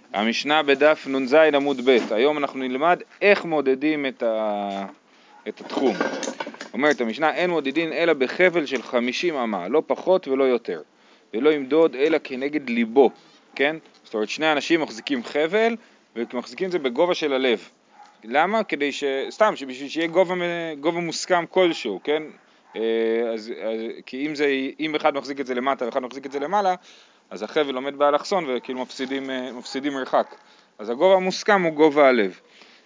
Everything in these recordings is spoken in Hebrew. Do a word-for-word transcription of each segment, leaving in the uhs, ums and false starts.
המשנה בדף נ"ז עמוד ב', היום אנחנו נלמד איך מודדים את, ה... את התחום. אומרת המשנה, אין מודדים אלא בחבל של חמישים אמה, לא פחות ולא יותר, ולא ימדוד אלא כנגד ליבו, כן? זאת אומרת, שני אנשים מחזיקים חבל ומחזיקים את זה בגובה של הלב. למה? כדי ש... סתם, בשביל שיהיה גובה, גובה מוסכם כלשהו, כן? אז, אז, כי אם, זה, אם אחד מחזיק את זה למטה ואחד מחזיק את זה למעלה, אז החבל עומד באלכסון וכאילו מפסידים, מפסידים מרחק. אז הגובה המוסכם הוא גובה הלב.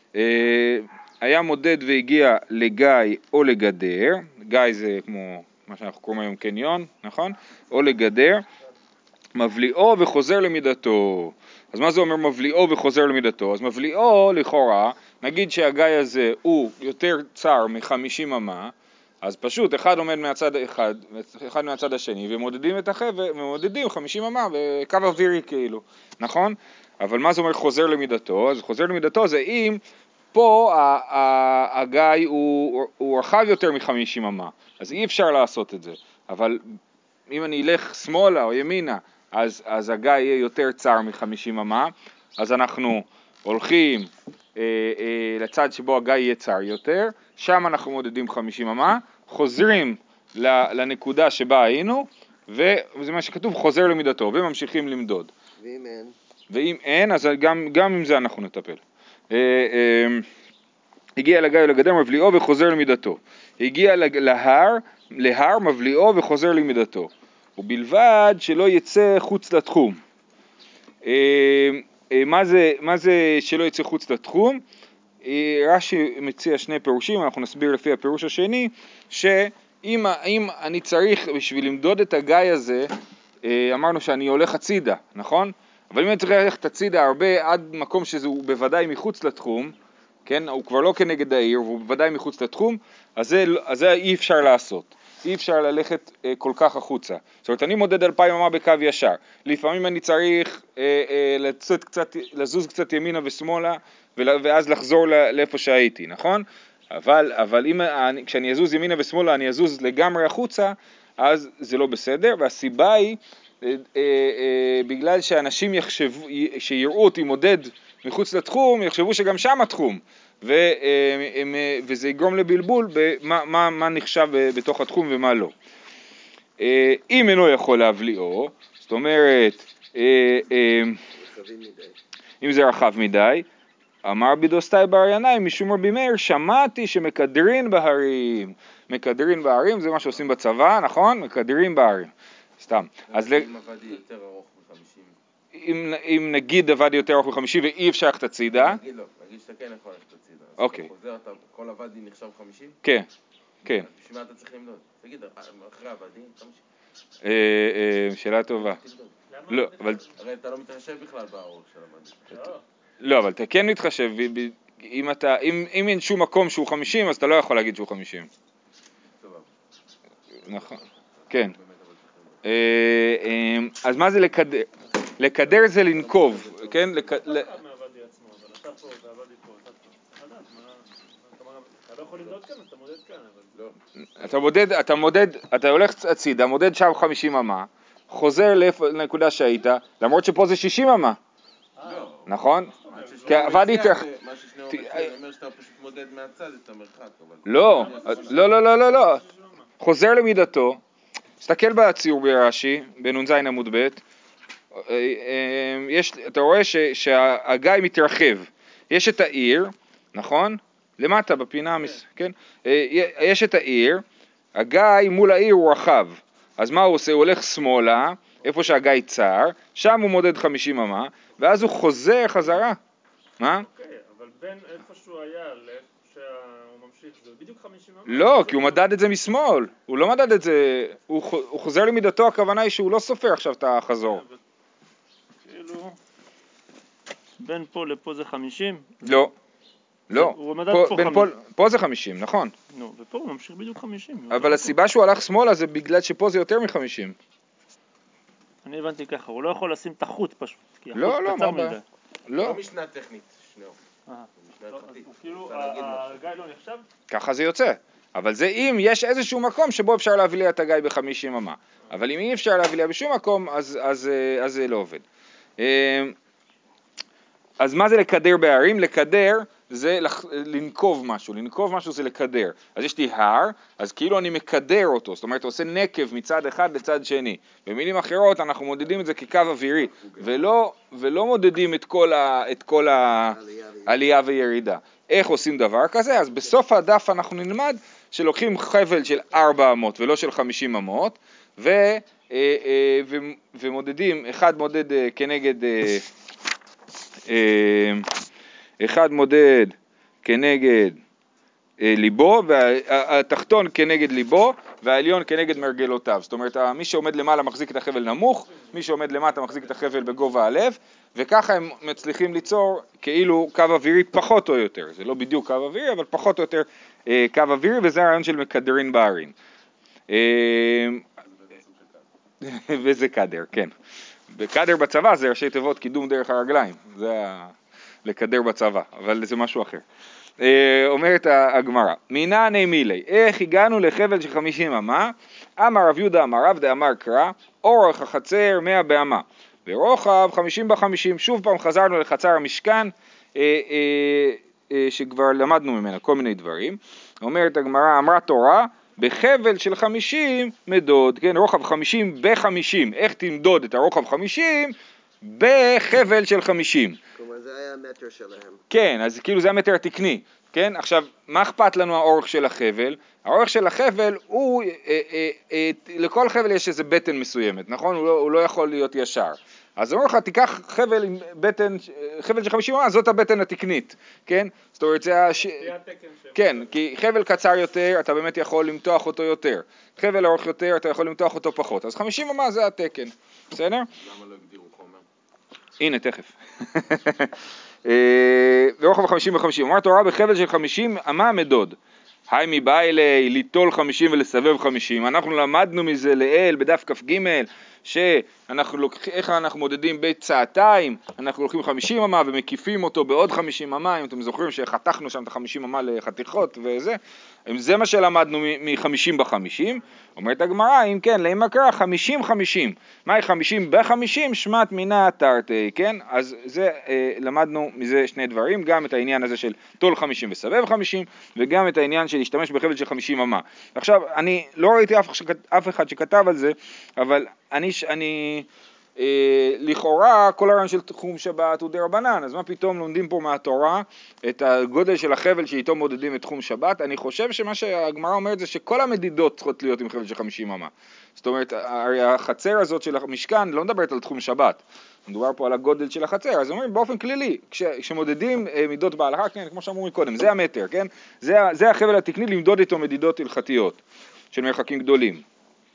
היה מודד והגיע לגיא או לגדר, גיא זה כמו מה שאנחנו קוראים היום קניון, נכון? או לגדר, מבליאו וחוזר למידתו. אז מה זה אומר מבליאו וחוזר למידתו? אז מבליאו לכאורה, נגיד שהגיא הזה הוא יותר צר מ-חמישים אמה, אז פשוט אחד עומד מהצד אחד, אחד מהצד השני, ומודדים את החבל, ומודדים חמישים אמה בקו אווירי כאילו, נכון? אבל מה זה אומר חוזר למידתו? אז חוזר למידתו זה אם פה הגיא הוא, הוא רחב יותר מ-חמישים אמה, אז אי אפשר לעשות את זה. אבל אם אני אלך שמאלה או ימינה, אז, אז הגיא יהיה יותר צר מ-חמישים אמה, אז אנחנו הולכים אה, אה, לצד שבו הגיא יהיה צר יותר, שם אנחנו מודדים חמישים אמה, חוזרים לנקודה שבה היינו, וזה מה שכתוב, חוזר למידתו, וממשיכים למדוד. ואם אין? ואם אין, אז גם, גם עם זה אנחנו נטפל. אה, אה, הגיע לגיא לגדר מבליאו וחוזר למידתו. הגיע להר, להר מבליאו וחוזר למידתו. ובלבד שלא יצא חוץ לתחום. אה, אה, מה זה, מה זה שלא יצא חוץ לתחום? רש"י מציע שני פירושים, אנחנו נסביר לפי הפירוש השני, שאם אם אני צריך בשביל למדוד את הגיא הזה, אמרנו שאני הולך הצידה, נכון? אבל אם אני צריך ללכת הצידה הרבה עד מקום שהוא בוודאי מחוץ לתחום, כן? הוא כבר לא כנגד העיר והוא בוודאי מחוץ לתחום, אז זה, אז זה אי אפשר לעשות. אי אפשר ללכת אה, כל כך החוצה. זאת אומרת, אני מודד אלפיים אמה בקו ישר. לפעמים אני צריך אה, אה, לצאת קצת, לזוז קצת ימינה ושמאלה, ואז לחזור לאיפה שהייתי, נכון? אבל, אבל אם, אני, כשאני אזוז ימינה ושמאלה, אני אזוז לגמרי החוצה, אז זה לא בסדר, והסיבה היא, אה, אה, אה, בגלל שאנשים יחשבו, שיראו אותי מודד מחוץ לתחום, יחשבו שגם שם התחום, ו, אה, אה, וזה יגרום לבלבול במה מה, מה נחשב בתוך התחום ומה לא. אה, אם אינו יכול להבליאו, זאת אומרת, אה, אה, אם זה רחב מדי, אמר בידוסטאי בר ינאי משום רבי מאיר, שמעתי שמקדרין בהרים. מקדרין בהרים זה מה שעושים בצבא, נכון? מקדרין בהרים. סתם. אז אם עבדי יותר ארוך מ-חמישים. אם, אם נגיד עבדי יותר ארוך מ-חמישים ואי אפשר ללכת הצידה. נגיד לא, נגיד שאתה כן יכול ללכת הצידה. אוקיי. אז אתה חוזר, אתה, כל עבדי נחשב חמישים? כן, כן. בשביל מה אתה צריך למדוד? תגיד, אחרי עבדי, חמישים. אה, אה, שאלה טובה. לא, אבל... הרי אתה לא מתחשב בכלל בארוך של עבדי. לא, אבל אתה כן מתחשב, אם, אתה, אם, אם אין שום מקום שהוא חמישים, אז אתה לא יכול להגיד שהוא חמישים. נכון, כן. אז מה זה לקדר? לקדר זה לנקוב, כן? אתה לא יכול למדוד כאן, אתה מודד כאן, אבל לא. אתה מודד, אתה מודד, אתה הולך הצידה, מודד שם חמישים אמה, חוזר לנקודה שהיית, למרות שפה זה שישים אמה. נכון? כי עבדי יותר... מה ששני אומר, אומר שאתה פשוט מודד מהצד את המרחק. לא, לא, לא, לא, לא, לא. חוזר למידתו, תסתכל בציור ברש"י, בנ"ז עמוד ב', יש, אתה רואה ש, שהגיא מתרחב. יש את העיר, נכון? למטה בפינה, כן? יש את העיר, הגיא מול העיר הוא רחב. אז מה הוא עושה? הוא הולך שמאלה, איפה שהגיא צר, שם הוא מודד חמישים אמה, ואז הוא חוזר חזרה. מה? אוקיי, אבל בין איפה שהוא היה לאיפה שהוא ממשיך, זה בדיוק חמישים אמה? לא, כי הוא מדד את זה משמאל. הוא לא מדד את זה, הוא, הוא חוזר למידתו, הכוונה היא שהוא לא סופר עכשיו את החזור. כאילו, בין פה לפה זה חמישים? לא. לא, פה, פה, בין פה, פה זה חמישים, נכון. נו, ופה הוא ממשיך בדיוק חמישים. אבל הסיבה שהוא הלך שמאלה זה בגלל שפה זה יותר מ-חמישים. אני הבנתי ככה, הוא לא יכול לשים את החוט פשוט, כי החוט לא, לא, קצר מה מדי. לא. לא משנה טכנית, שניאור. אה, כאילו, הגיא לא נחשב? ככה זה יוצא. אבל זה אם יש איזשהו מקום שבו אפשר להבליע את הגיא ב-חמישים אמה. אבל אם אי אפשר להבליע בשום מקום, אז, אז, אז זה לא עובד. אז מה זה לקדר בהרים? לקדר זה לנקוב משהו, לנקוב משהו זה לקדר. אז יש לי הר, אז כאילו אני מקדר אותו, זאת אומרת, עושה נקב מצד אחד לצד שני. במילים אחרות אנחנו מודדים את זה כקו אווירי, ולא, ולא מודדים את כל, ה, את כל העלייה וירידה. איך עושים דבר כזה? אז בסוף הדף אנחנו נלמד שלוקחים חבל של ארבע אמות ולא של חמישים אמות, ו, ו, ומודדים, אחד מודד כנגד... אחד מודד כנגד ליבו, והתחתון כנגד ליבו, והעליון כנגד מרגלותיו. זאת אומרת, מי שעומד למעלה מחזיק את החבל נמוך, מי שעומד למטה מחזיק את החבל בגובה הלב, וככה הם מצליחים ליצור כאילו קו אווירי פחות או יותר. זה לא בדיוק קו אווירי, אבל פחות או יותר קו אווירי, וזה הרעיון של מקדרין בערים. וזה קדר, כן. בקדר בצבא זה ראשי תיבות קידום דרך הרגליים, זה ה... לקדר בצבא, אבל זה משהו אחר. אה, אומרת הגמרא, מינני מילי, איך הגענו לחבל של חמישים אמה? אמר רב יהודה אמר רב דאמר קרא, אורך החצר מאה באמה, ורוחב חמישים בחמישים, שוב פעם חזרנו לחצר המשכן, אה, אה, אה, שכבר למדנו ממנה כל מיני דברים. אומרת הגמרא, אמרה תורה, בחבל של חמישים מדוד, כן, רוחב חמישים בחמישים, איך תמדוד את הרוחב חמישים? בחבל של חמישים. כלומר זה היה המטר שלהם. כן, אז כאילו זה המטר התקני, כן? עכשיו, מה אכפת לנו האורך של החבל? האורך של החבל הוא, אה, אה, אה, לכל חבל יש איזה בטן מסוימת, נכון? הוא לא, הוא לא יכול להיות ישר. אז אומר לך, תיקח חבל עם בטן, חבל של חמישים אמה, זאת הבטן התקנית, כן? זאת אומרת, זה הש... כן, כי חבל קצר יותר, אתה באמת יכול למתוח אותו יותר. חבל ארוך יותר, אתה יכול למתוח אותו פחות. אז חמישים אמה זה התקן, בסדר? למה לא הגדירו חומר? הנה, תכף. ורוחב חמישים וחמישים. אומר תורה בחבל של חמישים אמה מדוד. היי מבא אלי ליטול חמישים ולסבב חמישים. אנחנו למדנו מזה לאל בדף כף ג' שאנחנו לוקחים, איך אנחנו מודדים בית צעתיים, אנחנו לוקחים חמישים אמה ומקיפים אותו בעוד חמישים אמה, אם אתם זוכרים שחתכנו שם את ה-חמישים אמה לחתיכות וזה, זה מה שלמדנו מ-חמישים בחמישים. אומרת הגמרא, אם כן, לאמא קרא חמישים חמישים, מהי חמישים בחמישים? שמת מינה תרתי, כן? אז זה, אה, למדנו מזה שני דברים, גם את העניין הזה של תול חמישים וסבב חמישים, וגם את העניין של להשתמש בחבל של חמישים אמה. עכשיו, אני לא ראיתי אף, אף אחד שכתב על זה, אבל אני, אני אה, לכאורה, כל הרעיון של תחום שבת הוא דרבנן, אז מה פתאום לומדים פה מהתורה את הגודל של החבל שאיתו מודדים את תחום שבת? אני חושב שמה שהגמרא אומרת זה שכל המדידות צריכות להיות עם חבל של חמישים אמה. זאת אומרת, החצר הזאת של המשכן לא מדברת על תחום שבת, מדובר פה על הגודל של החצר, אז אומרים באופן כללי, כש, כשמודדים אה, מידות בהלכה, כן, כמו שאמרו מקודם, זה המטר, כן? זה, זה החבל התקני למדוד איתו מדידות הלכתיות של מרחקים גדולים.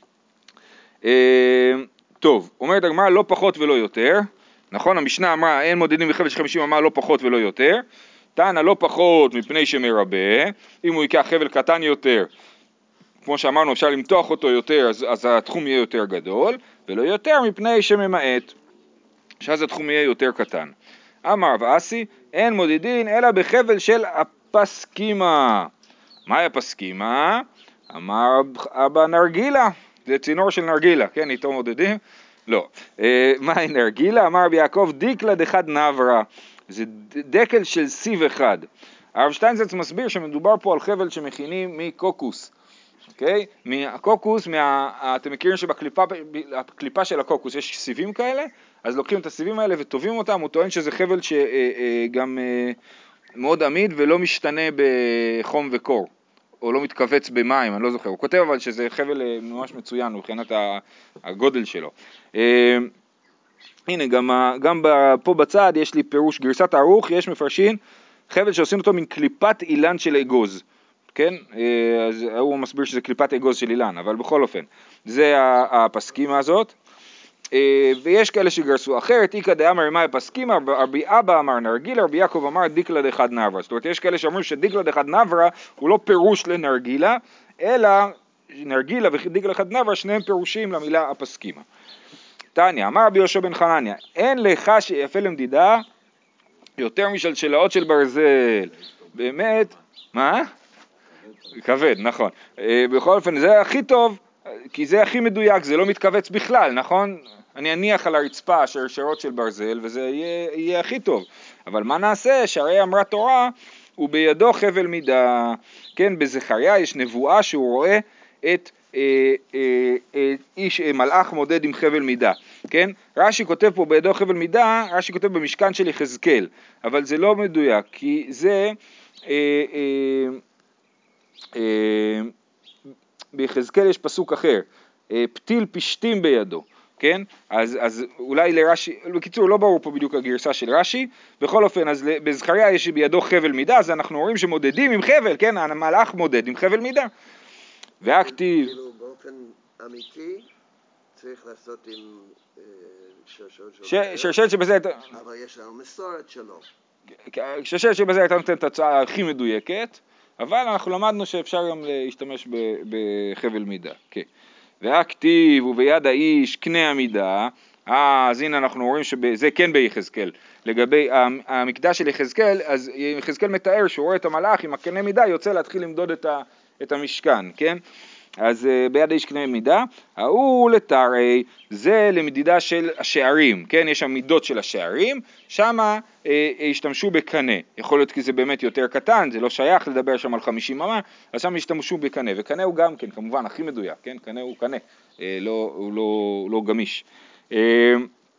אה, טוב, אומרת הגמרא לא פחות ולא יותר, נכון? המשנה אמרה אין מודדים בחבל של חמישים אמה לא פחות ולא יותר, טענה לא פחות מפני שמרבה, אם הוא ייקח חבל קטן יותר, כמו שאמרנו אפשר למתוח אותו יותר, אז, אז התחום יהיה יותר גדול, ולא יותר מפני שממעט, שאז התחום יהיה יותר קטן. אמר ואסי, אין מודדין אלא בחבל של הפסקימה. מהי הפסקימה? אמר אבא נרגילה, זה צינור של נרגילה, כן, איתו מודדים? לא. אה, מהי נרגילה? אמר רבי יעקב, דיקלה דחד נברה, זה דקל של סיב אחד. הרב שטיינזלץ מסביר שמדובר פה על חבל שמכינים מקוקוס. אוקיי? מהקוקוס, מה, אתם מכירים שבקליפה של הקוקוס יש סיבים כאלה, אז לוקחים את הסיבים האלה וטובים אותם, הוא טוען שזה חבל שגם מאוד עמיד ולא משתנה בחום וקור, או לא מתכווץ במים, אני לא זוכר, הוא כותב אבל שזה חבל ממש מצוין, מבחינת הגודל שלו. הנה, גם, גם פה בצד יש לי פירוש גרסת ערוך, יש מפרשים חבל שעושים אותו מן קליפת אילן של אגוז. כן? אז הוא מסביר שזה קליפת אגוז של אילן, אבל בכל אופן, זה הפסקימה הזאת, ויש כאלה שגרסו אחרת, איקא דאמר מה הפסקימה, רבי אבא אמר נרגילה, רבי יעקב אמר דיקלה דחד נברה, זאת אומרת, יש כאלה שאומרים שדיקלה דחד נברה הוא לא פירוש לנרגילה, אלא נרגילה ודיקלה דחד נברה, שניהם פירושים למילה הפסקימה. תניא, אמר רבי יהושע בן חנניה, אין לך שיפה למדידה יותר משלשלאות של ברזל, באמת, מה? כבד, נכון. בכל אופן, זה הכי טוב, כי זה הכי מדויק, זה לא מתכווץ בכלל, נכון? אני אניח על הרצפה שרשרות של ברזל וזה יהיה, יהיה הכי טוב. אבל מה נעשה? שהרי אמרה תורה, הוא בידו חבל מידה. כן, בזכריה יש נבואה שהוא רואה את אה, אה, אה, איש אה, מלאך מודד עם חבל מידה. כן? רש"י כותב פה בידו חבל מידה, רש"י כותב במשכן של יחזקאל, אבל זה לא מדויק, כי זה אה, אה, אה, ביחזקאל יש פסוק אחר, פתיל פשתים בידו, כן? אז, אז אולי לרש"י, בקיצור לא ברור פה בדיוק הגרסה של רש"י, בכל אופן אז בזכריה יש בידו חבל מידה, אז אנחנו רואים שמודדים עם חבל, כן? המלאך מודד עם חבל מידה. והכתיב... כאילו באופן אמיתי צריך לעשות עם אה, שרשרת של... ש- שרשרת שבזה... אבל יש לנו מסורת שלו. שרשרת שבזה הייתה נותנת את התוצאה הכי מדויקת, אבל אנחנו למדנו שאפשר גם להשתמש בחבל מידה, כן. והכתיב וביד האיש קנה המידה, אז הנה אנחנו רואים שזה כן ביחזקאל, לגבי המקדש של יחזקאל, אז יחזקאל מתאר שהוא רואה את המלאך עם הקנה מידה, יוצא להתחיל למדוד את, ה, את המשכן, כן? אז ביד האיש קנה מידה, ההוא לתרי, זה למדידה של השערים, כן? יש שם מידות של השערים, שם אה, השתמשו בקנה, יכול להיות כי זה באמת יותר קטן, זה לא שייך לדבר שם על חמישים אמה, אז שם השתמשו בקנה, וקנה הוא גם כן, כמובן, הכי מדויק, כן? קנה הוא קנה, אה, לא, הוא לא, לא גמיש. אה,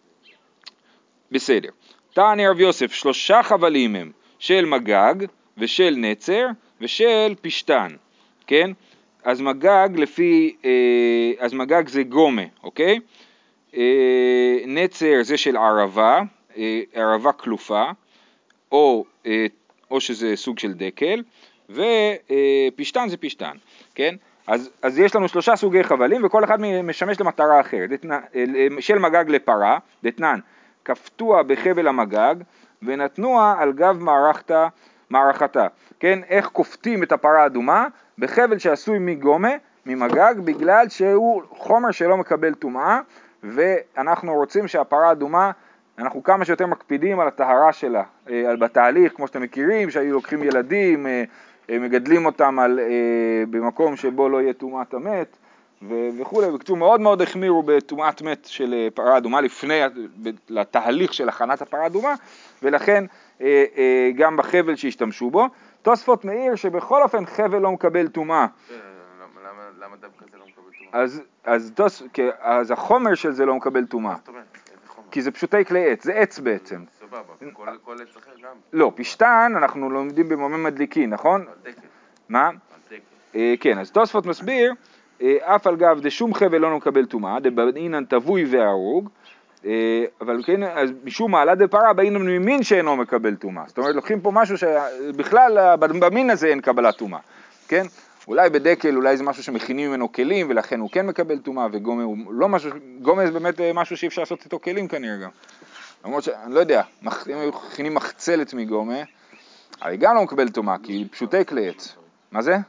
בסדר. תעני רב יוסף, שלושה חבלים הם, של מגג ושל נצר ושל פשטן, כן? אז מגג לפי, אה, אז מגג זה גומה, אוקיי? אה, נצר זה של ערבה, אה, ערבה כלופה, או, אה, או שזה סוג של דקל, ופשטן זה פשטן, כן? אז, אז יש לנו שלושה סוגי חבלים, וכל אחד משמש למטרה אחרת. דתנן, של מגג לפרה, דתנן, כפתוע בחבל המגג, ונתנוה על גב מערכתה, מערכתה. כן? איך כופתים את הפרה האדומה? בחבל שעשוי מגומה, ממגג, בגלל שהוא חומר שלא מקבל טומאה, ואנחנו רוצים שהפרה האדומה, אנחנו כמה שיותר מקפידים על הטהרה שלה, על בתהליך, כמו שאתם מכירים, שהיו לוקחים ילדים, מגדלים אותם על, במקום שבו לא יהיה טומאת המת, וכו'. בקצור, מאוד מאוד החמירו בטומאת מת של פרה אדומה לפני לתהליך של הכנת הפרה אדומה, ולכן גם בחבל שהשתמשו בו. תוספות מאיר שבכל אופן חבל לא מקבל טומאה. למה דווקא זה לא מקבל טומאה? אז, אז, תוס, אז החומר של זה לא מקבל טומאה. כי זה פשוטי כלי עץ, זה עץ בעצם. סבבה, כל עץ אחר גם. לא, פשטן אנחנו לומדים במומים מדליקים, נכון? מה? כן, אז תוספות מסביר, אף על גב דשום חבל לא מקבל טומאה, דבעינן תבוי והרוג, אבל כן, אז משום מעלה דפרה בעינן ממין שאינו מקבל טומאה. זאת אומרת, לוקחים פה משהו שבכלל במין הזה אין קבלת טומאה, כן? אולי בדקל, אולי זה משהו שמכינים ממנו כלים, ולכן הוא כן מקבל טומאה, וגומה הוא לא משהו, גומה זה באמת משהו שאי אפשר לעשות איתו כלים כנראה גם. למרות שאני לא יודע, אם היו מכינים מחצלת מגומה, אבל גם לא מקבל טומאה, כי היא פשוטי כלי עץ. מה זה?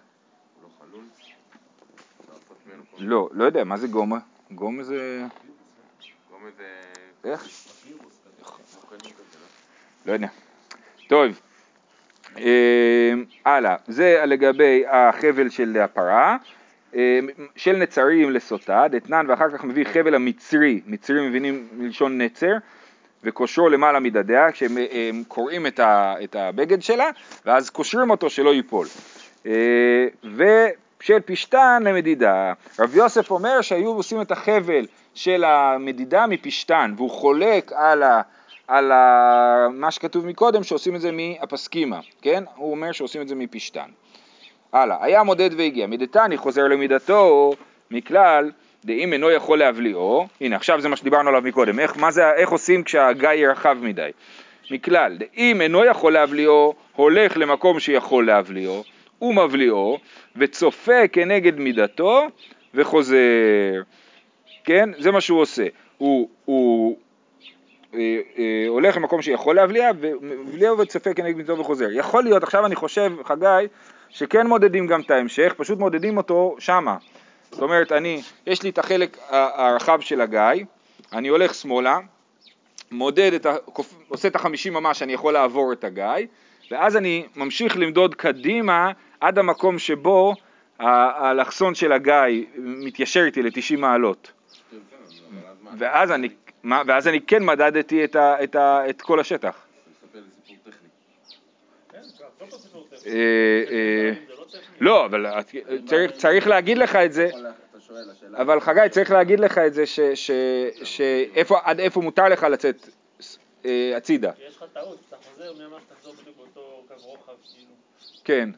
לא, לא יודע, מה זה גומה? גומה זה... גומה זה... איך? לא יודע. טוב. הלאה, זה לגבי החבל של הפרה, של נצרים לסוטה, דתנן, ואחר כך מביא חבל המצרי, מצרי מבינים מלשון נצר, וקושרו למעלה מדדיה, כשהם קוראים את הבגד שלה, ואז קושרים אותו שלא ייפול. ושל פשטן למדידה, רב יוסף אומר שהיו עושים את החבל של המדידה מפשטן, והוא חולק על ה... על מה שכתוב מקודם, שעושים את זה מהפסקימה, כן? הוא אומר שעושים את זה מפשטן. הלאה, היה מודד והגיע, מידתני חוזר למידתו, מכלל, דאם אינו יכול להבליעו, הנה עכשיו זה מה שדיברנו עליו מקודם, איך, מה זה, איך עושים כשהגיא ירחב מדי? מכלל, דאם אינו יכול להבליעו, הולך למקום שיכול להבליעו, הוא מבליעו, וצופה כנגד מידתו, וחוזר. כן? זה מה שהוא עושה. הוא... הוא הולך למקום שיכול להבליע, ומבליע וצופה כנגד מידתו וחוזר. יכול להיות, עכשיו אני חושב, חגי, שכן מודדים גם את ההמשך, פשוט מודדים אותו שמה. זאת אומרת, אני, יש לי את החלק הרחב של הגיא, אני הולך שמאלה, מודד את ה... עושה את החמישים ממש שאני יכול לעבור את הגיא, ואז אני ממשיך למדוד קדימה עד המקום שבו האלכסון של הגיא מתיישר איתי ל-תשעים מעלות, ואז אני, מה, ואז אני כן מדדתי את, ה, את, ה, את כל השטח. תספר לי סיפור טכני. לא, אבל צריך, צריך להגיד לך את זה, אבל חגי, צריך להגיד לך את זה ש, ש, שאיפה, עד איפה מותר לך לצאת הצידה. יש לך טעות, אתה חוזר מי אמר שתחזור בדיוק באותו קו רוחב, כאילו. כן.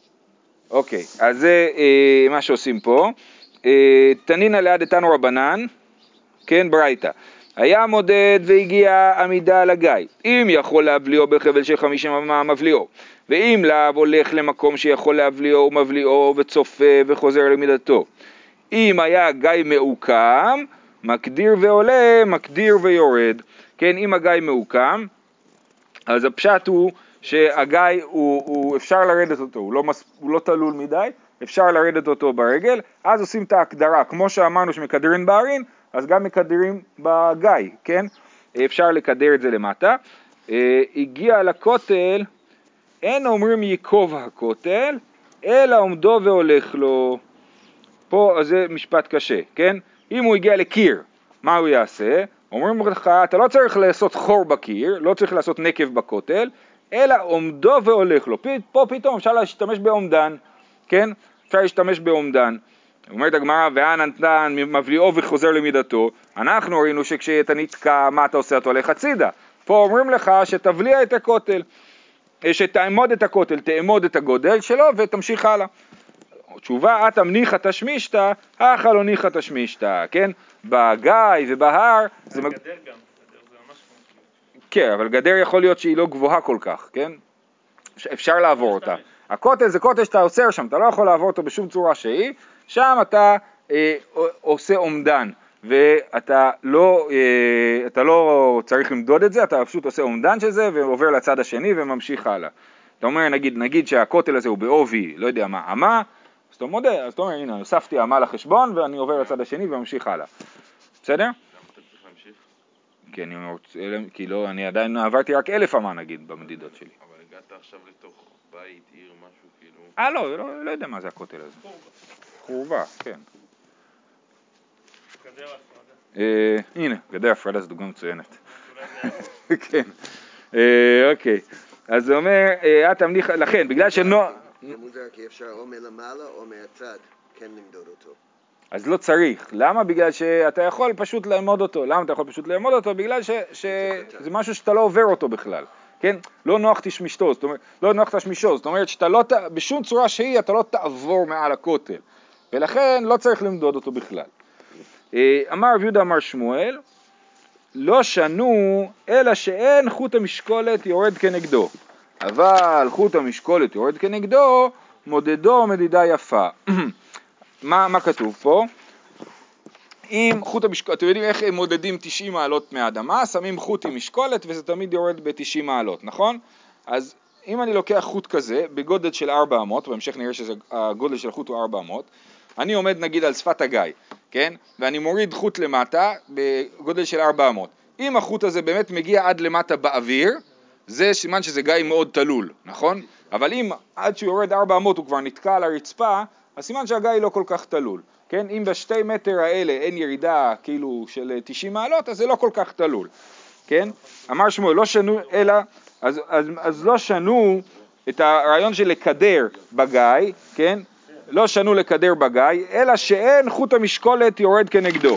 אוקיי, אז זה מה שעושים פה. תנינא ליד איתנו רבנן, כן, ברייתא. היה מודד והגיע עמידה על הגיא. אם יכול להבליאו בחבל של חמישים אמה, מבליאו. ואם לאו הולך למקום שיכול להבליאו, הוא מבליאו וצופה וחוזר למידתו. אם היה גיא מעוקם, מקדיר ועולה, מקדיר ויורד. כן, אם הגיא מעוקם, אז הפשט הוא שהגיא הוא, הוא אפשר לרדת אותו, הוא לא, מס, הוא לא תלול מדי, אפשר לרדת אותו ברגל, אז עושים את ההקדרה, כמו שאמרנו שמקדרים בערים, אז גם מקדרים בגיא, כן? אפשר לקדר את זה למטה. הגיע לכותל, אין אומרים ייקוב הכותל, אלא עומדו והולך לו. פה זה משפט קשה, כן? אם הוא הגיע לקיר, מה הוא יעשה? אומרים לך, אתה לא צריך לעשות חור בקיר, לא צריך לעשות נקב בכותל, אלא עומדו והולך לו. פה פתאום אפשר להשתמש בעומדן, כן? אפשר להשתמש בעומדן. אומרת הגמרא, ואן נתן מבליאו וחוזר למידתו. אנחנו ראינו שכשאתה נתקע, מה אתה עושה? אתה הולך הצידה. פה אומרים לך שתבליע את הכותל, שתעמוד את הכותל, תעמוד את הגודל שלו ותמשיך הלאה. תשובה, את המניחה תשמישתה, אחא לא ניחא תשמישתה, כן? בגיא ובהר זה מג... גדר גם, גדר זה ממש כמו... כן, אבל גדר יכול להיות שהיא לא גבוהה כל כך, כן? אפשר לעבור אותה. הכותל זה כותל שאתה עוצר שם, אתה לא יכול לעבור אותו בשום צורה שהיא, שם אתה אה, עושה עומדן, ואתה לא, אה, אתה לא צריך למדוד את זה, אתה פשוט עושה עומדן של זה ועובר לצד השני וממשיך הלאה. אתה אומר, נגיד, נגיד שהכותל הזה הוא בעובי, לא יודע מה, אמה, אז אתה מודה, אז אתה אומר, הנה, הוספתי אמה לחשבון ואני עובר לצד השני וממשיך הלאה. בסדר? למה אתה צריך להמשיך? כי אני רוצה, כי לא, אני עדיין עברתי רק אלף אמה נגיד במדידות שלי. אבל הגעת עכשיו לתוך בית, עיר, משהו כאילו... אה, לא, לא, לא יודע מה זה הכותל הזה. חורבה, כן. גדר הפרדה. אה, הנה, גדר הפרדה זו דוגמה מצוינת. כן. אה, אוקיי. אז זה אומר, אה, את המניחה, לכן, בגלל שנו... זה מוזר כי אפשר או מלמעלה או מהצד, כן למדוד אותו. אז לא צריך. למה? בגלל שאתה יכול פשוט לעמוד אותו. למה אתה יכול פשוט לעמוד אותו? בגלל ש... שזה משהו שאתה לא עובר אותו בכלל. כן? לא נוח תשמישתו, זאת אומרת, לא נוח תשמישו, זאת אומרת שאתה לא, בשום צורה שהיא, אתה לא תעבור מעל הכותל. ולכן לא צריך למדוד אותו בכלל. אמר רב יהודה אמר שמואל, לא שנו, אלא שאין חוט המשקולת יורד כנגדו. אבל חוט המשקולת יורד כנגדו, מודדו מדידה יפה. מה, מה כתוב פה? אם חוט המשקולת, אתם יודעים איך הם מודדים תשעים מעלות מהאדמה, שמים חוט עם משקולת וזה תמיד יורד ב-תשעים מעלות, נכון? אז אם אני לוקח חוט כזה בגודל של ארבע מאות, בהמשך נראה שהגודל של החוט הוא ארבע מאות, אני עומד נגיד על שפת הגיא, כן? ואני מוריד חוט למטה בגודל של ארבע מאות. אם החוט הזה באמת מגיע עד למטה באוויר, זה סימן שזה גיא מאוד תלול, נכון? אבל אם עד שהוא יורד ארבע מאות הוא כבר נתקע על הרצפה, אז סימן שהגיא לא כל כך תלול. כן? אם בשתי מטר האלה אין ירידה כאילו של תשעים מעלות, אז זה לא כל כך תלול. כן? אמר שמואל, לא שנו, אלא, אז, אז, אז לא שנו את הרעיון של לקדר בגיא, כן? לא שנו לקדר בגיא, אלא שאין חוט המשקולת יורד כנגדו.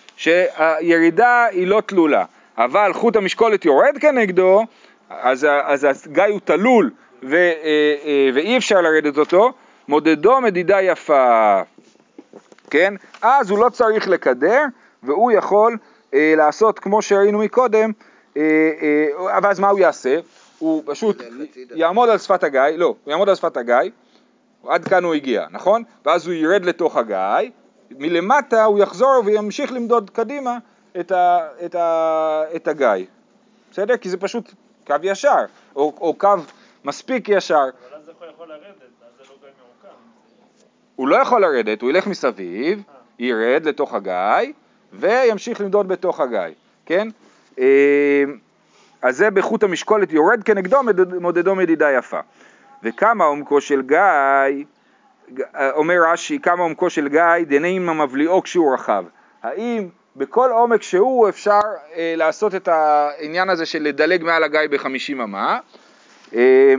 שהירידה היא לא תלולה. אבל חוט המשקולת יורד כנגדו, אז, אז הגיא הוא תלול ו, ואי אפשר לרדת אותו, מודדו מדידה יפה. כן? אז הוא לא צריך לקדר, והוא יכול אה, לעשות כמו שראינו מקודם, אה, אה, אבל אז מה הוא יעשה? הוא פשוט יעמוד על שפת הגיא, לא, הוא יעמוד על שפת הגיא, עד כאן הוא הגיע, נכון? ואז הוא ירד לתוך הגיא, מלמטה הוא יחזור וימשיך למדוד קדימה את, ה, את, ה, את הגיא. בסדר? כי זה פשוט קו ישר, או, או קו מספיק ישר. אבל אז זה יכול לרדת, אז זה לא גיא מעוקם. הוא לא יכול לרדת, הוא ילך מסביב, ירד לתוך הגיא, וימשיך למדוד בתוך הגיא, כן? אז זה בחוט המשקולת יורד כנגדו, מודדו מדידה יפה. וכמה עומקו של גיא, אומר רש"י, כמה עומקו של גיא, דנאים המבליעו כשהוא רחב. האם בכל עומק שהוא אפשר אה, לעשות את העניין הזה של לדלג מעל הגיא ב-חמישים אמה? אה,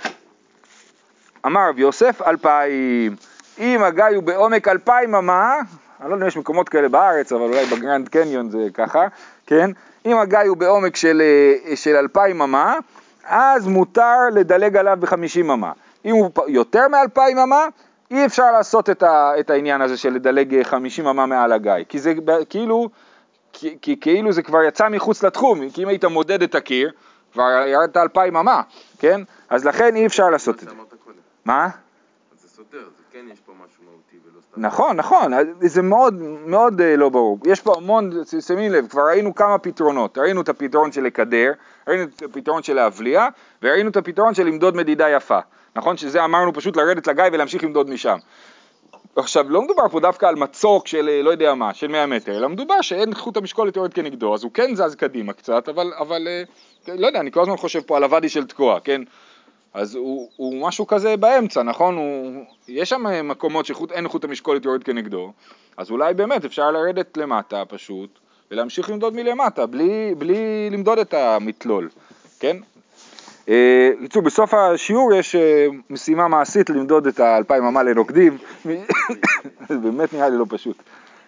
אמר רב יוסף, אלפיים. אם הגיא הוא בעומק אלפיים אמה, אני לא יודע אם יש מקומות כאלה בארץ, אבל אולי בגרנד קניון זה ככה, כן? אם הגיא הוא בעומק של, של אלפיים אמה, אז מותר לדלג עליו ב-חמישים אמה. אם הוא יותר מ-אלפיים אמה, אי אפשר לעשות את, ה, את העניין הזה של לדלג חמישים אמה מעל הגיא, כי זה כאילו, כי, כי, כאילו זה כבר יצא מחוץ לתחום, כי אם היית מודד את הקיר, כבר ירדת אלפיים אמה, כן? אז לכן אי אפשר לעשות את זה. מה? אז זה סותר, זה כן יש פה משהו מהותי ולא סתם. נכון, נכון, זה מאוד, מאוד לא ברור. יש פה המון, שימי לב, כבר ראינו כמה פתרונות. ראינו את הפתרון של לקדר, ראינו את הפתרון של להבליע, וראינו את הפתרון של למדוד מדידה יפה. נכון שזה אמרנו פשוט לרדת לגיא ולהמשיך למדוד משם. עכשיו, לא מדובר פה דווקא על מצוק של לא יודע מה, של מאה מטר, אלא מדובר שאין חוט המשקולת יורד כנגדו, אז הוא כן זז קדימה קצת, אבל, אבל לא יודע, אני כל הזמן חושב פה על הוואדי של תקוע, כן? אז הוא, הוא משהו כזה באמצע, נכון? הוא, יש שם מקומות שאין חוט המשקולת יורד כנגדו, אז אולי באמת אפשר לרדת למטה פשוט, ולהמשיך למדוד מלמטה, בלי, בלי למדוד את המתלול, כן? קיצור, בסוף השיעור יש משימה מעשית למדוד את האלפיים אמה לנוקדים, זה באמת נראה לי לא פשוט.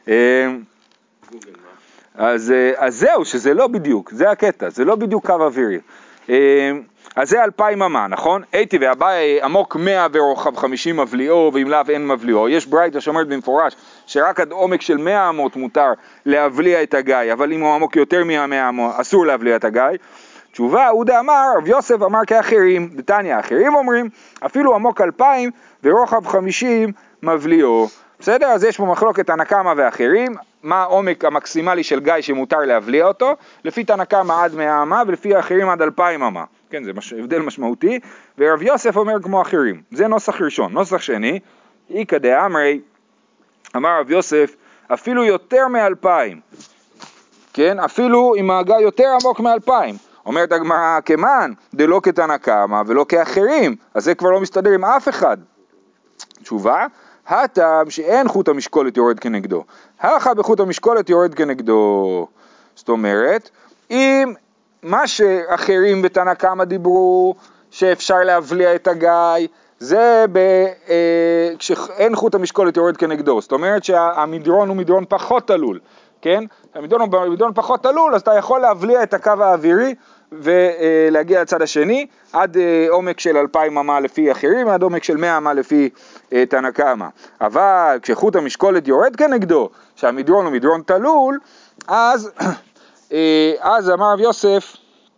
אז, אז זהו, שזה לא בדיוק, זה הקטע, זה לא בדיוק קו אווירי. אז זה אלפיים אמה, נכון? הייתי והבאי עמוק מאה ורוחב חמישים מבליעו, ואם לאו אין מבליעו. יש ברייתא שאומרת במפורש שרק עד עומק של מאה אמות מותר להבליע את הגיא, אבל אם הוא עמוק יותר מ-מאה אמות אסור להבליע את הגיא. תשובה, עודה אמר, רב יוסף אמר כאחרים, דתניא האחרים אומרים, אפילו עמוק אלפיים ורוחב חמישים מבליעו. בסדר? אז יש פה מחלוקת תנא קמא ואחרים, מה העומק המקסימלי של גיא שמותר להבליע אותו, לפי תנא קמא עד מאה אמה ולפי האחרים עד אלפיים אמה. כן, זה מש... הבדל משמעותי, ורב יוסף אומר כמו אחרים. זה נוסח ראשון. נוסח שני, איקא דאמרי, אמר רב יוסף, אפילו יותר מאלפיים, כן? אפילו אם הגיא יותר עמוק מאלפיים. אומרת הגמרא, כמן, דלא כתנא קמא ולא כאחרים, אז זה כבר לא מסתדר עם אף אחד. תשובה, הטעם שאין חוט המשקולת יורד כנגדו. הלכה בחוט המשקולת יורד כנגדו. זאת אומרת, אם מה שאחרים בתנא קמא דיברו, שאפשר להבליע את הגיא, זה ב, אה, כשאין חוט המשקולת יורד כנגדו. זאת אומרת שהמדרון הוא מדרון פחות תלול. כן? המדרון הוא מדרון פחות תלול, אז אתה יכול להבליע את הקו האווירי ולהגיע לצד השני, עד עומק של אלפיים אמה לפי אחרים, עד עומק של מאה אמה לפי תנא קמא. אבל כשחוט המשקולת יורד כנגדו, שהמדרון הוא מדרון תלול, אז, אז אמר רב יוסף,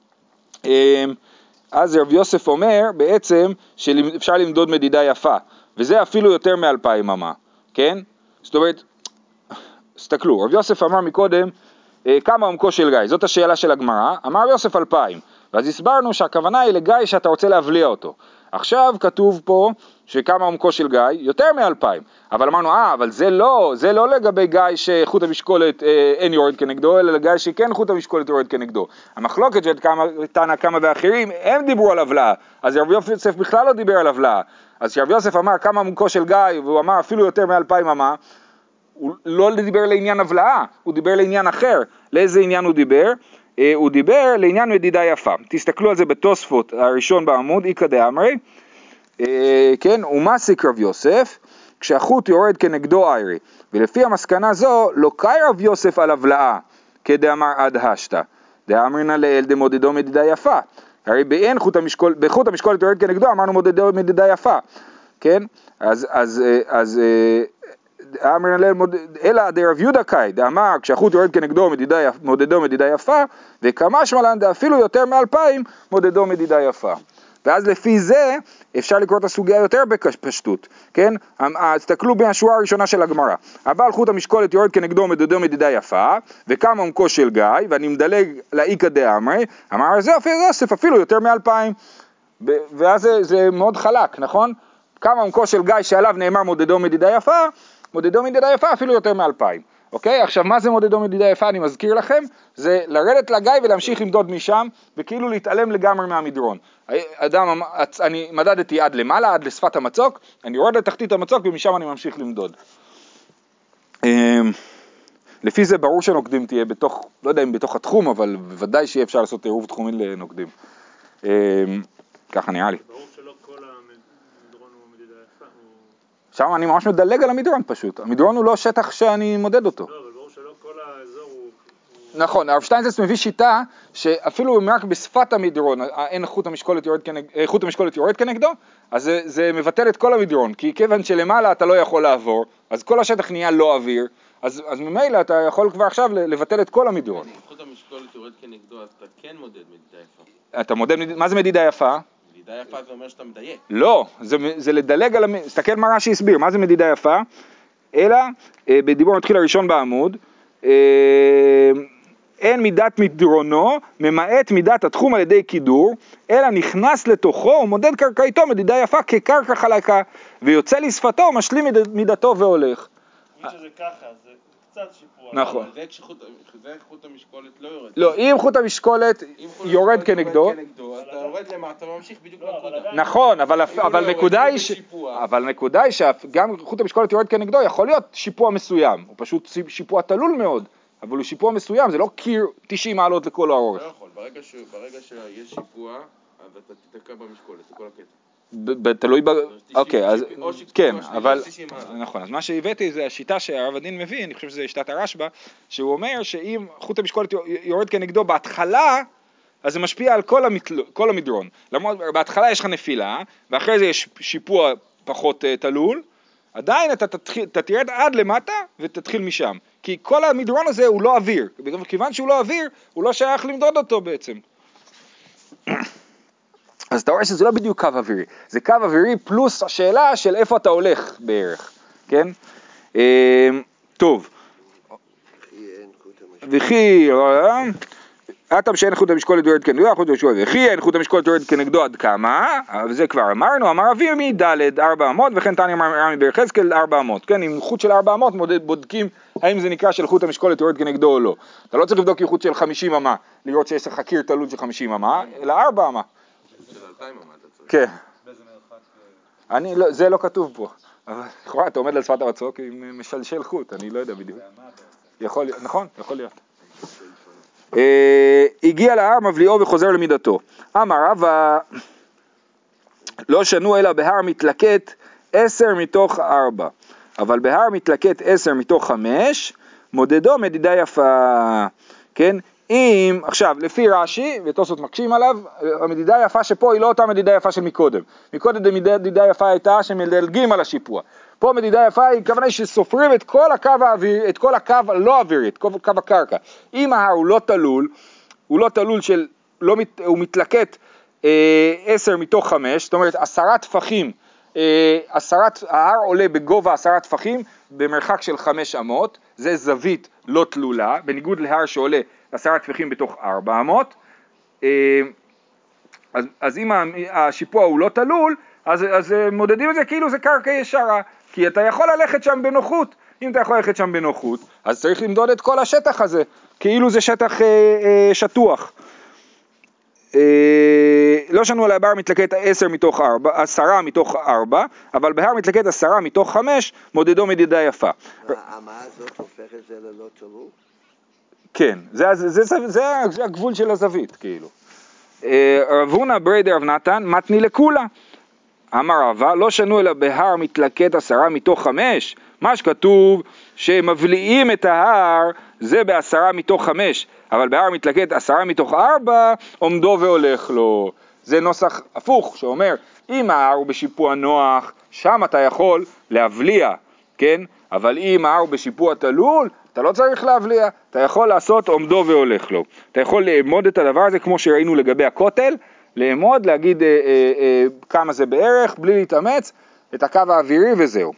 אז רב יוסף אומר בעצם שאפשר למדוד מדידה יפה, וזה אפילו יותר מאלפיים אמה, כן? זאת אומרת, תסתכלו, רב יוסף אמר מקודם, כמה עומקו של גיא, זאת השאלה של הגמרא, אמר יוסף אלפיים, ואז הסברנו שהכוונה היא לגיא שאתה רוצה להבליע אותו. עכשיו כתוב פה שכמה עומקו של גיא, יותר מאלפיים, אבל אמרנו, אה, אבל זה לא, זה לא לגבי גיא שחוט המשקולת אה, אין יורד כנגדו, אלא לגיא שכן חוט המשקולת יורד כנגדו. המחלוקת של תנא קמא ואחרים, הם דיברו על הבלעה, אז רב יוסף בכלל לא דיבר על הבלעה. אז רב יוסף אמר כמה עומקו של גיא, והוא אמר אפילו יותר מאלפיים אמה, הוא לא דיבר לעניין הבלעה, הוא דיבר לעניין אחר. לאיזה עניין הוא דיבר? אה, הוא דיבר לעניין מדידה יפה. תסתכלו על זה בתוספות הראשון בעמוד, איקא דאמרי, אה, כן, ומסיק רב יוסף, כשהחוט יורד כנגדו איירי, ולפי המסקנה זו, לא קאי רב יוסף על הבלעה, כדאמר עד השתא, דאמרינא לאל דמודדו מדידה יפה, הרי באין חוט המשקול, בחוט המשקולת יורד כנגדו, אמרנו מודדו מדידה יפה, כן, אז, אז, אז, אלא דרב יהודה קאי, דאמר כשהחוט יורד כנגדו מודדו מדידה יפה, וכמה שמלן אפילו יותר מאלפיים מודדו מדידה יפה. ואז לפי זה אפשר לקרוא את הסוגיה יותר בפשטות, כן? תסתכלו מהשורה הראשונה של הגמרא. הבעל חוט המשקולת יורד כנגדו מדדו מדידה יפה, וכמה עומקו של גיא, ואני מדלג לאיקא דאמרי, אמר זה אפילו יוסף אפילו יותר מאלפיים. ואז זה, זה מאוד חלק, נכון? כמה עומקו של גיא שעליו נאמר מודדו מדידה יפה, מודדו מדידה יפה אפילו יותר מאלפיים. אוקיי? עכשיו מה זה מודדו מדידה יפה? אני מזכיר לכם, זה לרדת לגיא ולהמשיך למדוד משם, וכאילו להתעלם לגמרי מהמדרון. אדם, אני מדדתי עד למעלה, עד לשפת המצוק, אני יורד לתחתית המצוק ומשם אני ממשיך למדוד. לפי זה ברור שנוקדים תהיה בתוך, לא יודע אם בתוך התחום, אבל בוודאי שיהיה אפשר לעשות עירוב תחומין לנוקדים. ככה נראה לי. ברור שלא כל המדרון הוא מדידה יפה. שם אני ממש מדלג על המדרון פשוט. המדרון הוא לא שטח שאני מודד אותו. לא, אבל ברור שלא כל האזור הוא... נכון, הרב שטיינזלץ מביא שיטה שאפילו אם רק בשפת המדרון, אין חוט המשקולת יורד, כנג... חוט המשקולת יורד כנגדו, אז זה, זה מבטל את כל המדרון, כי כיוון שלמעלה אתה לא יכול לעבור, אז כל השטח נהיה לא אוויר, אז, אז ממילא אתה יכול כבר עכשיו לבטל את כל המדרון. חוט המשקולת יורד כנגדו, אז אתה כן מודד מדידה יפה. אתה מודד, מה זה מדידה יפה? מדידה יפה זה אומר שאתה מדייק. לא, זה, זה לדלג על, תסתכל מה רש"י הסביר, מה זה מדידה יפה? אלא, בדיבור מתחיל הראשון בעמוד, אין מידת מדרונו, ממעט מידת התחום על ידי כידור, אלא נכנס לתוכו ומודד קרקעיתו מדידה יפה כקרקע חלקה, ויוצא לשפתו ומשלים מידתו והולך. אם שזה ככה, זה קצת שיפוע. נכון. זה חוט המשקולת לא יורד. לא, אם חוט המשקולת יורד כנגדו, אתה יורד למטה וממשיך בדיוק בנקודה. נכון, אבל נקודה היא אבל נקודה היא שגם חוט המשקולת יורד כנגדו יכול להיות שיפוע מסוים, הוא פשוט שיפוע תלול מאוד. אבל הוא שיפוע מסוים, זה לא קיר תשעים מעלות לכל האורך. לא יכול, ברגע, ש... ברגע שיש שיפוע, אז אתה תתקע במשקולת, זה כל הקטע. ב- תלוי ב... אוקיי, אז... כן, אבל... תשעים מעלות. נכון, אז מה שהבאתי זה השיטה שהרב הדין מביא, אני חושב שזה שיטת הרשב"א, שהוא אומר שאם חוט המשקולת יורד כנגדו בהתחלה, אז זה משפיע על כל, המתל... כל המדרון. למרות, בהתחלה יש לך נפילה, ואחרי זה יש שיפוע פחות uh, תלול, עדיין אתה, תתחיל, אתה תרד עד למטה ותתחיל משם. כי כל המדרון הזה הוא לא אוויר. כיוון שהוא לא אוויר, הוא לא שייך למדוד אותו בעצם. אז אתה רואה שזה לא בדיוק קו אווירי. זה קו אווירי פלוס השאלה של איפה אתה הולך בערך. כן? טוב. וכי... אתם שאין חוט המשקולת יורד כנגדו, חוט המשקולת, וכי אין חוט המשקולת יורד כנגדו עד כמה, וזה כבר אמרנו, אמר אבי מד' ארבע אמות, וכן תניא אמר רמי בר יחזקאל ארבע אמות, כן, עם חוט של ארבע אמות בודקים האם זה נקרא של חוט המשקולת יורד כנגדו או לא. אתה לא צריך לבדוק עם חוט של חמישים אמה, לראות שיש לך קיר תלול של חמישים אמה, אלא ארבע אמה. של אלפיים אמה אתה צריך. כן. אני, לא, זה לא כתוב פה, אבל לכאורה, אתה עומד על שפת המצוק עם משלשל חוט, אני לא יודע בדיוק. יכול, נכון, יכול להיות. הגיע להר מבליעו וחוזר למידתו. אמר רבא, לא שנו אלא בהר מתלקט עשר מתוך ארבע, אבל בהר מתלקט עשר מתוך חמש, מודדו מדידה יפה. כן? אם, עכשיו, לפי רש"י, ותוספות מקשים עליו, המדידה יפה שפה היא לא אותה מדידה יפה של מקודם. מקודם מדידה יפה הייתה שמדלגים על השיפוע. פה מדידה יפה היא כוונה שסופרים את כל הקו האוויר, את כל הקו הלא אווירי, את כל קו הקרקע. אם ההר הוא לא תלול, הוא לא תלול של, לא, הוא מתלקט אה, עשר מתוך חמש, זאת אומרת עשרה טפחים, אה, עשרת, ההר עולה בגובה עשרה טפחים במרחק של חמש אמות, זה זווית לא תלולה, בניגוד להר שעולה עשרה טפחים בתוך ארבע אמות, אה, אז, אז אם השיפוע הוא לא תלול, אז, אז מודדים את זה כאילו זה קרקע ישרה, כי אתה יכול ללכת שם בנוחות. אם אתה יכול ללכת שם בנוחות, אז צריך למדוד את כל השטח הזה, כאילו זה שטח אה, אה, שטוח. אה, לא שנו על בהר מתלקט עשר מתוך ארבע, עשרה מתוך ארבע, אבל בהר מתלקט עשרה מתוך חמש, מודדו מדידה יפה. האמה הזאת הופך את זה ללא תלול? כן, זה, זה, זה, זה, זה, זה הגבול של הזווית, כאילו. אה, רב הונא ברי דרב נתן, מתני לכולה. אמר רבא, לא שנו אלא בהר מתלקט עשרה מתוך חמש, מה שכתוב שמבליעים את ההר זה בעשרה מתוך חמש, אבל בהר מתלקט עשרה מתוך ארבע, עומדו והולך לו. זה נוסח הפוך שאומר, אם ההר הוא בשיפוע נוח, שם אתה יכול להבליע, כן? אבל אם ההר הוא בשיפוע תלול, אתה לא צריך להבליע, אתה יכול לעשות עומדו והולך לו. אתה יכול לאמוד את הדבר הזה כמו שראינו לגבי הכותל, לאמוד, להגיד אה, אה, אה, כמה זה בערך, בלי להתאמץ, את הקו האווירי וזהו.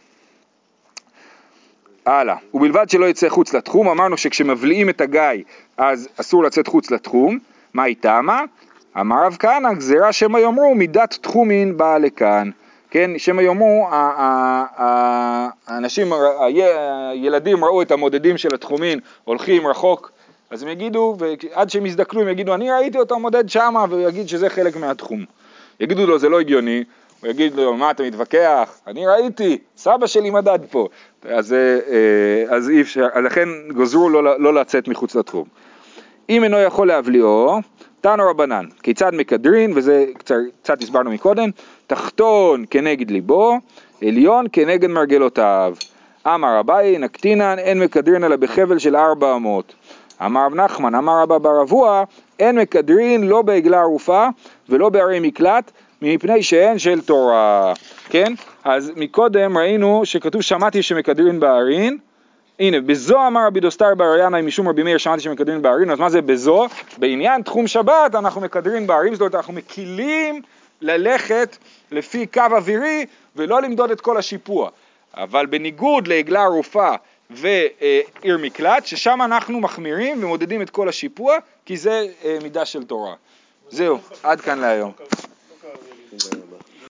הלאה, ובלבד שלא יצא חוץ לתחום, אמרנו שכשמבליעים את הגיא, אז אסור לצאת חוץ לתחום, מה איתה מה? אמר רב כהנא, גזירה שמא יאמרו מידת תחומין באה לכאן. כן, שמא יאמרו, האנשים, הילדים ראו את המודדים של התחומין, הולכים רחוק, אז הם יגידו, ועד שהם יזדקלו, הם יגידו, אני ראיתי אותו מודד שמה, והוא יגיד שזה חלק מהתחום. יגידו לו זה לא הגיוני, הוא יגיד לו מה אתה מתווכח, אני ראיתי, סבא שלי מדד פה, אז, אז אי אפשר, לכן גוזרו לא, לא לצאת מחוץ לתחום. אם אינו יכול להבליעו, תנו רבנן, כיצד מקדרין, וזה קצת, קצת הסברנו מקודם, תחתון כנגד ליבו, עליון כנגד מרגלותיו. אמר רבי, נקטינן, אין מקדרין אלא בחבל של ארבע אמות. אמר רב נחמן, אמר רבא בר אבוה, אין מקדרין לא בעגלה ערופה ולא בערי מקלט, מפני שאין של תורה. כן? אז מקודם ראינו שכתוב שמעתי שמקדרין בערין, הנה, בזו אמר רבי דוסטר בר ינאי משום רבי מאיר שמעתי שמקדרין בערין, אז מה זה בזו? בעניין תחום שבת אנחנו מקדרין בערין, זאת אומרת אנחנו מקילים ללכת לפי קו אווירי ולא למדוד את כל השיפוע. אבל בניגוד לעגלה ערופה ועיר מקלט, ששם אנחנו מחמירים ומודדים את כל השיפוע, כי זה מידה של תורה. זהו, עד כאן להיום.